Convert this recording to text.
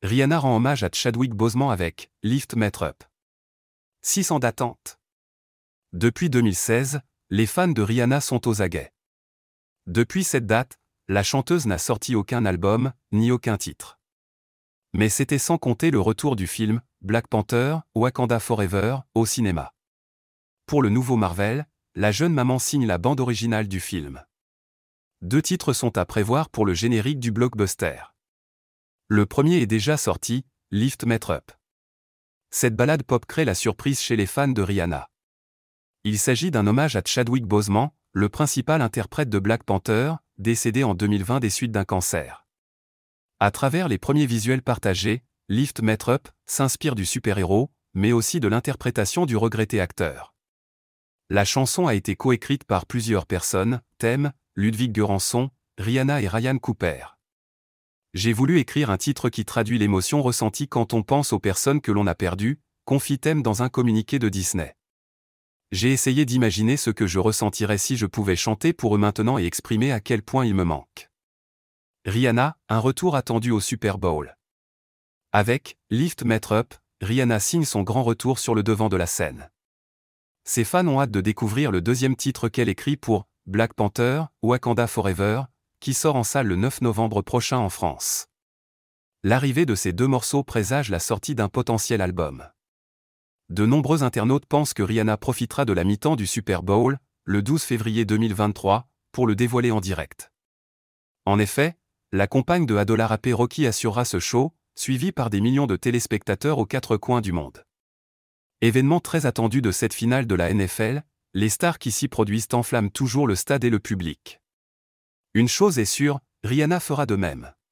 Rihanna rend hommage à Chadwick Boseman avec « Lift Me Up ». 6 ans d'attente. Depuis 2016, les fans de Rihanna sont aux aguets. Depuis cette date, la chanteuse n'a sorti aucun album, ni aucun titre. Mais c'était sans compter le retour du film « Black Panther, Wakanda Forever » au cinéma. Pour le nouveau Marvel, la jeune maman signe la bande originale du film. 2 titres sont à prévoir pour le générique du blockbuster. Le premier est déjà sorti, Lift Me Up. Cette ballade pop crée la surprise chez les fans de Rihanna. Il s'agit d'un hommage à Chadwick Boseman, le principal interprète de Black Panther, décédé en 2020 des suites d'un cancer. À travers les premiers visuels partagés, Lift Me Up s'inspire du super-héros, mais aussi de l'interprétation du regretté acteur. La chanson a été coécrite par plusieurs personnes, Thème, Ludwig Göransson, Rihanna et Ryan Cooper. J'ai voulu écrire un titre qui traduit l'émotion ressentie quand on pense aux personnes que l'on a perdues, confie Thème dans un communiqué de Disney. J'ai essayé d'imaginer ce que je ressentirais si je pouvais chanter pour eux maintenant et exprimer à quel point ils me manquent. Rihanna, un retour attendu au Super Bowl. Avec Lift Me Up, Rihanna signe son grand retour sur le devant de la scène. Ses fans ont hâte de découvrir le deuxième titre qu'elle écrit pour Black Panther, Wakanda Forever, qui sort en salle le 9 novembre prochain en France. L'arrivée de ces 2 morceaux présage la sortie d'un potentiel album. De nombreux internautes pensent que Rihanna profitera de la mi-temps du Super Bowl, le 12 février 2023, pour le dévoiler en direct. En effet, la compagne de Adola rappé Rocky assurera ce show, suivi par des millions de téléspectateurs aux 4 coins du monde. Événement très attendu de cette finale de la NFL, les stars qui s'y produisent enflamment toujours le stade et le public. Une chose est sûre, Rihanna fera de même.